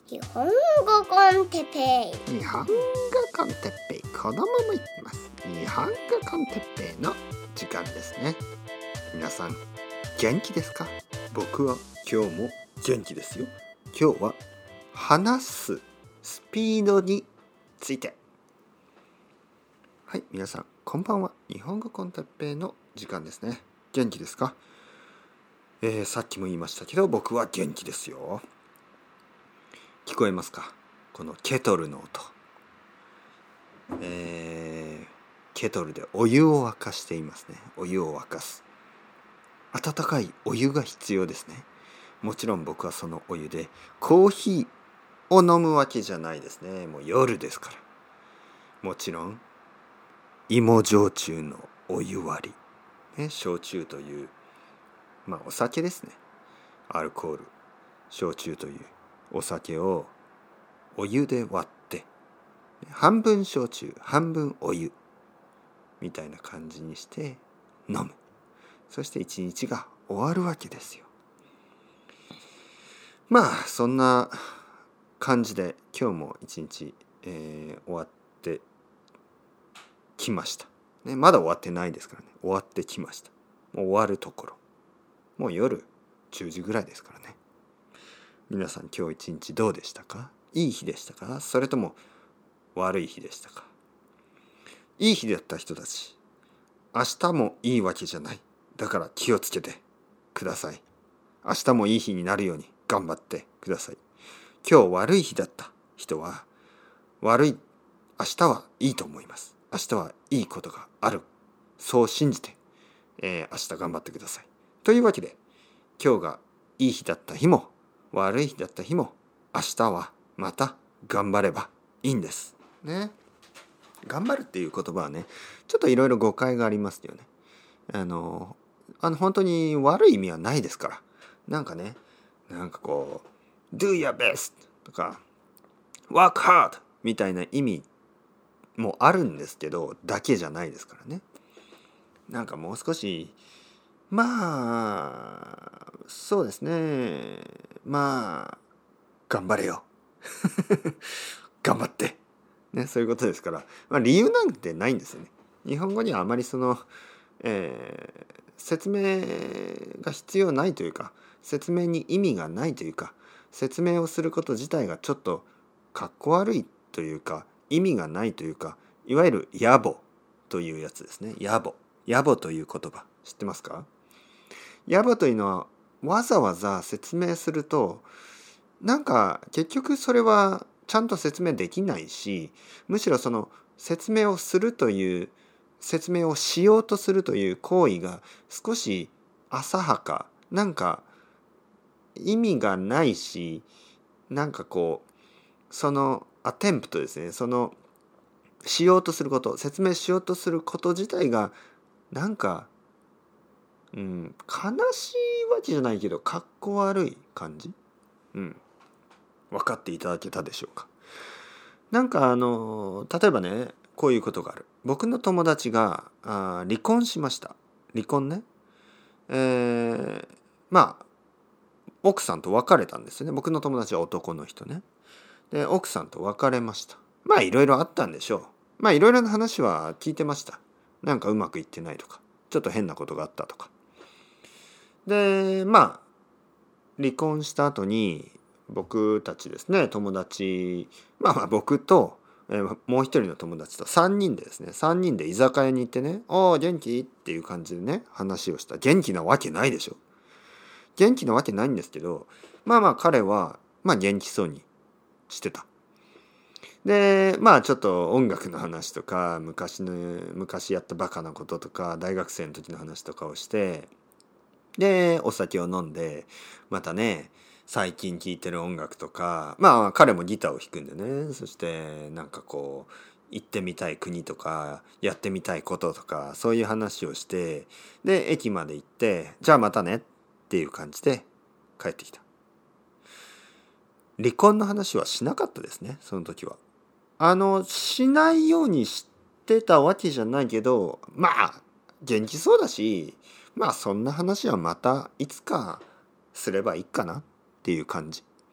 日本語コンテッペイ。 日本語コンテッペイ、子供も言ってます。日本語コンテッペイの時間ですね。皆さん元気ですか？僕は今日も元気ですよ。今日は話すスピードについて。はい、皆さんこんばんは。日本語コンテッペイの時間ですね。元気ですか？さっきも言いましたけど、僕は元気ですよ。聞こえますか？このケトルの音。ケトルでお湯を沸かしていますね。お湯を沸かす。温かいお湯が必要ですね。もちろん僕はそのお湯でコーヒーを飲むわけじゃないですね。もう夜ですから。もちろん芋焼酎のお湯割り、ね、焼酎というお酒ですね。アルコール、焼酎というお酒をお湯で割って半分焼酎半分お湯みたいな感じにして飲む。そして一日が終わるわけですよ。そんな感じで今日も一日、終わってきました、ね。まだ終わってないですからね。終わってきました。もう終わるところ。もう夜10時ぐらいですからね。皆さん今日一日どうでしたか？いい日でしたか？それとも悪い日でしたか？いい日だった人たち、明日もいいわけじゃない。だから気をつけてください。明日もいい日になるように頑張ってください。今日悪い日だった人は、明日はいいと思います。明日はいいことがある。そう信じて、明日頑張ってください。というわけで、今日がいい日だった日も、悪い日だった日も、明日はまた頑張ればいいんです。ね。頑張るっていう言葉はね、ちょっといろいろ誤解がありますよね。本当に悪い意味はないですから。なんかこう do your best とか work hard みたいな意味もあるんですけど、だけじゃないですからね。なんかもう少しそうですね、頑張れよ頑張ってね、そういうことですから、理由なんてないんですよね。日本語にはあまり説明が必要ないというか、説明に意味がないというか、説明をすること自体がちょっとかっこ悪いというか、意味がないというか、いわゆる野暮というやつですね。野暮という言葉知ってますか？野暮というのはわざわざ説明すると、結局それはちゃんと説明できないし、むしろその説明をしようとするという行為が少し浅はか、意味がないし、そのアテンプトですね、しようとすること、説明しようとすること自体が悲しいわけじゃないけどかっこ悪い感じ。分かっていただけたでしょうか？例えばね、こういうことがある。僕の友達が離婚しました。離婚ね。奥さんと別れたんですよね。僕の友達は男の人ね。で、奥さんと別れました。いろいろあったんでしょう。いろいろな話は聞いてました。うまくいってないとか、ちょっと変なことがあったとか。で、離婚した後に僕たちですね、友達、僕と、もう一人の友達と3人でですね、3人で居酒屋に行ってね、おー元気っていう感じでね、話をした。元気なわけないでしょ。元気なわけないんですけど、彼は元気そうにしてた。で、ちょっと音楽の話とか、昔やったバカなこととか、大学生の時の話とかをして、で、お酒を飲んで、またね、最近聴いてる音楽とか、彼もギターを弾くんでね、そして行ってみたい国とか、やってみたいこととか、そういう話をして、で、駅まで行って、じゃあまたねっていう感じで帰ってきた。離婚の話はしなかったですね、その時は。しないようにしてたわけじゃないけど、元気そうだし、そんな話はまたいつかすればいいかなっていう感じ。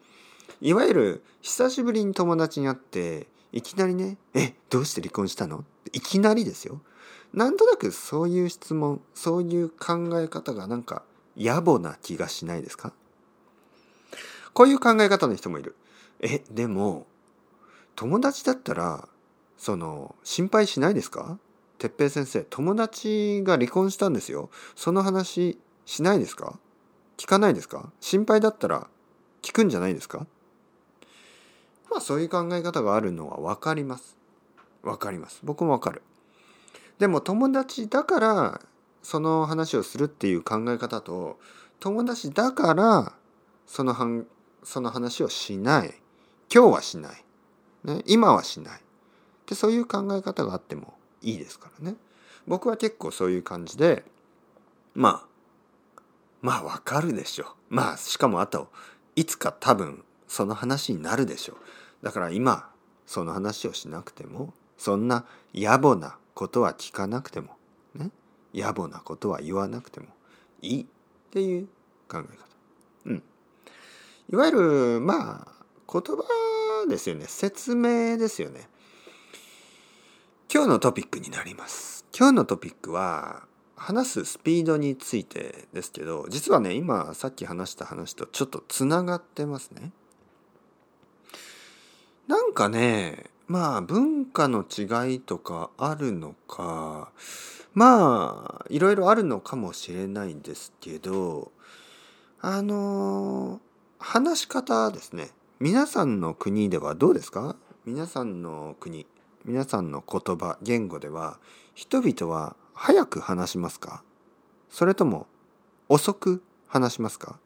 いわゆる久しぶりに友達に会っていきなりねどうして離婚したのいきなりですよ。なんとなくそういう質問、そういう考え方がなんか野暮な気がしないですか？こういう考え方の人もいる。でも友達だったら心配しないですか？哲平先生、友達が離婚したんですよ。その話しないですか？聞かないですか？心配だったら聞くんじゃないですか？そういう考え方があるのは分かります。分かります。僕も分かる。でも友達だからその話をするっていう考え方と、友達だからその話をしない。今日はしない。ね、今はしない。で、そういう考え方があってもいいですからね。僕は結構そういう感じで、まあわかるでしょ。しかもあといつか多分その話になるでしょう。だから今その話をしなくても、そんな野暮なことは聞かなくてもね、野暮なことは言わなくてもいいっていう考え方。いわゆる言葉ですよね。説明ですよね。今日のトピックになります。今日のトピックは話すスピードについてですけど、実はね、今さっき話した話とちょっとつながってますね。なんかね、文化の違いとかあるのか、いろいろあるのかもしれないんですけど、話し方ですね。皆さんの国ではどうですか？皆さんの国、皆さんの言葉、言語では人々は早く話しますか？それとも遅く話しますか？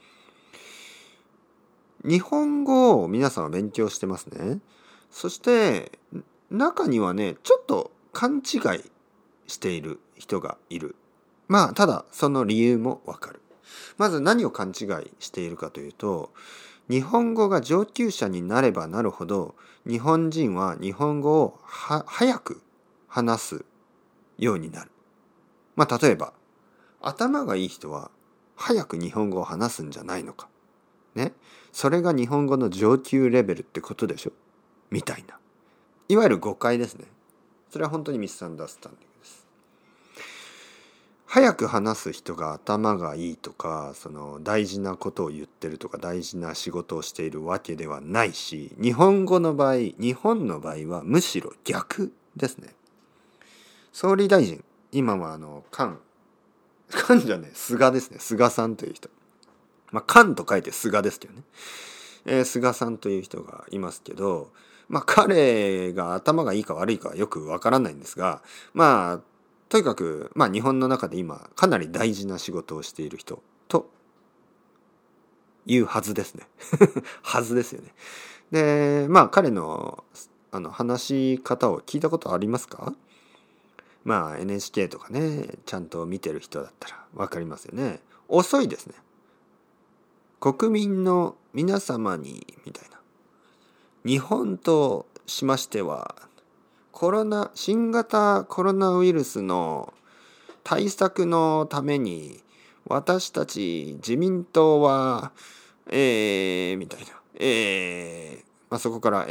日本語を皆さんは勉強してますね。そして中にはね、ちょっと勘違いしている人がいる。ただその理由もわかる。まず何を勘違いしているかというと、日本語が上級者になればなるほど、日本人は日本語を早く話すようになる。例えば、頭がいい人は早く日本語を話すんじゃないのか。ね。それが日本語の上級レベルってことでしょみたいな。いわゆる誤解ですね。それは本当にミスアンダースタンディングです。早く話す人が頭がいいとか、その大事なことを言ってるとか、大事な仕事をしているわけではないし、日本の場合はむしろ逆ですね。総理大臣、今は菅じゃねえ、菅ですね。菅さんという人。菅と書いて菅ですけどね。菅さんという人がいますけど、彼が頭がいいか悪いかはよくわからないんですが、とにかく、日本の中で今かなり大事な仕事をしている人というはずですね。はずですよね。で、彼の話し方を聞いたことありますか？NHK とかね、ちゃんと見てる人だったらわかりますよね。遅いですね。国民の皆様にみたいな。日本としましては新型コロナウイルスの対策のために私たち自民党はみたいなそこから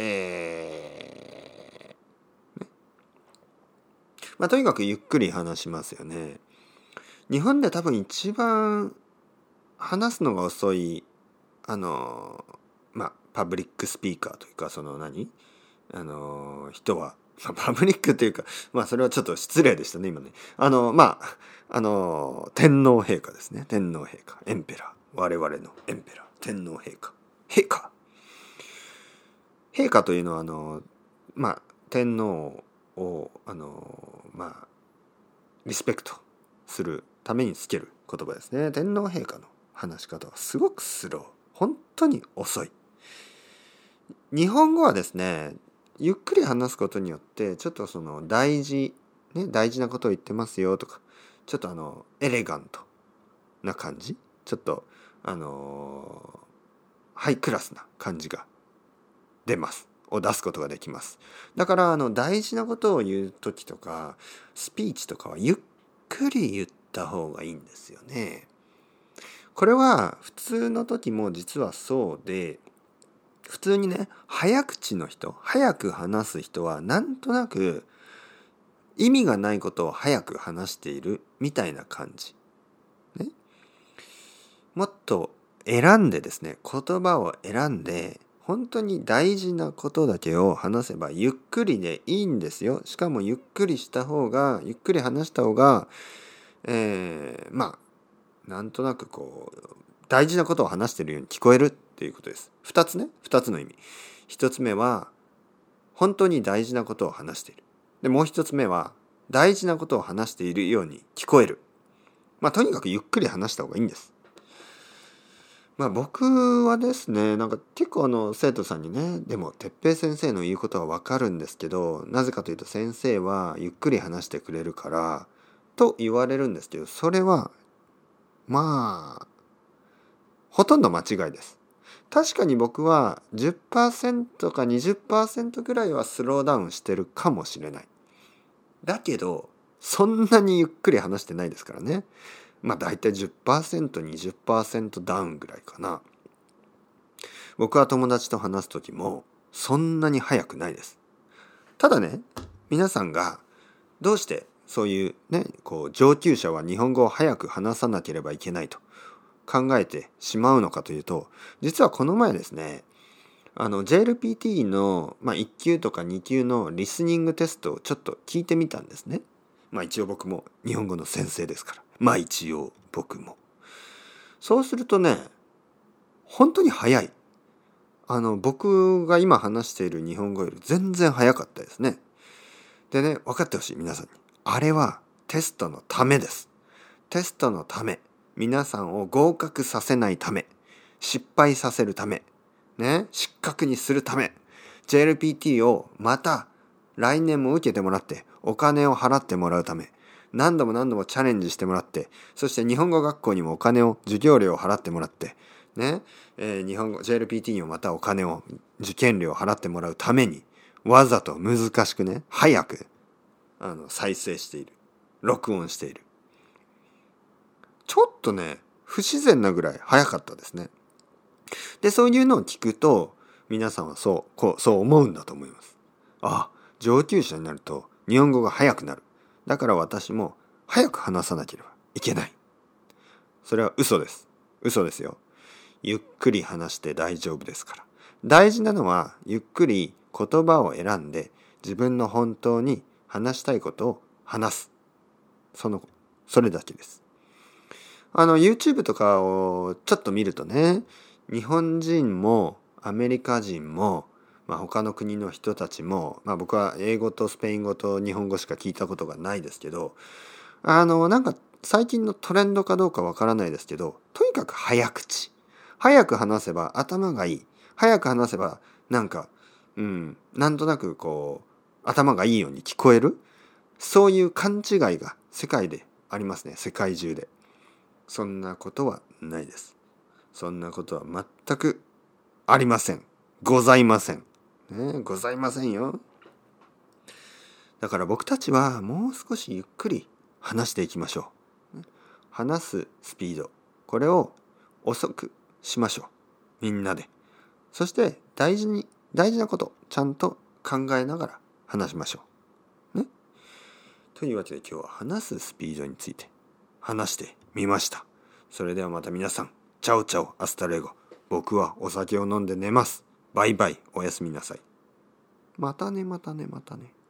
とにかくゆっくり話しますよね。日本で多分一番話すのが遅いパブリックスピーカーというか人はパブリックというかそれはちょっと失礼でしたね今ね。天皇陛下ですね。天皇陛下、エンペラー、我々のエンペラー、天皇陛下、陛下というのは天皇をリスペクトするためにつける言葉ですね。天皇陛下の話し方はすごくスロー、本当に遅い。日本語はですね、ゆっくり話すことによってちょっと大事なことを言ってますよとか、ちょっとエレガントな感じ、ちょっとハイクラスな感じが出すことができます。だから大事なことを言う時とかスピーチとかはゆっくり言った方がいいんですよね。これは普通の時も実はそうで、 普通にね、早口の人、早く話す人はなんとなく意味がないことを早く話しているみたいな感じ。ね。もっと選んでですね、言葉を選んで、本当に大事なことだけを話せばゆっくりでいいんですよ。しかもゆっくり話した方が、なんとなく大事なことを話しているように聞こえるっていうことです。2つの意味。1つ目は、本当に大事なことを話している。で、もう1つ目は、大事なことを話しているように聞こえる。とにかくゆっくり話した方がいいんです。僕はですね、結構生徒さんにね、でも哲平先生の言うことはわかるんですけど、なぜかというと先生はゆっくり話してくれるからと言われるんですけど、それはほとんど間違いです。確かに僕は 10% か 20% ぐらいはスローダウンしてるかもしれない。だけどそんなにゆっくり話してないですからね。だいたい 10%、20% ダウンぐらいかな。僕は友達と話す時もそんなに早くないです。ただね、皆さんがどうしてそういうね、上級者は日本語を早く話さなければいけないと考えてしまうのかというと、実はこの前ですね、JLPT の、1級とか2級のリスニングテストをちょっと聞いてみたんですね。一応僕も日本語の先生ですから。一応僕も。そうするとね、本当に早い。僕が今話している日本語より全然早かったですね。でね、分かってほしい皆さんに。あれはテストのためです。テストのため。皆さんを合格させないため。失敗させるため。ね、失格にするため。JLPT をまた来年も受けてもらってお金を払ってもらうため。何度もチャレンジしてもらって、そして日本語学校にも授業料を払ってもらって、ね、日本語 JLPT にもまたお金を受験料を払ってもらうために、わざと難しくね、早く再生している、録音している。ちょっとね、不自然なぐらい早かったですね。で、そういうのを聞くと皆さんはそう思うんだと思います。上級者になると日本語が早くなる。だから私も早く話さなければいけない。それは嘘です。嘘ですよ。ゆっくり話して大丈夫ですから。大事なのはゆっくり言葉を選んで自分の本当に話したいことを話す。それだけです。YouTube とかをちょっと見るとね、日本人もアメリカ人も、他の国の人たちも、僕は英語とスペイン語と日本語しか聞いたことがないですけど、最近のトレンドかどうかわからないですけど、とにかく早口。早く話せば頭がいい。早く話せばなんとなく頭がいいように聞こえる。そういう勘違いが世界でありますね。世界中で。そんなことはないです。そんなことは全くありません。ございません。ございませんよ。だから僕たちはもう少しゆっくり話していきましょう。話すスピード。これを遅くしましょう。みんなで。そして大事なことちゃんと考えながら話しましょう。ね。というわけで今日は話すスピードについて話してみました。それではまた皆さん、チャオチャオアスタレゴ。僕はお酒を飲んで寝ます。バイバイ、おやすみなさい。またね。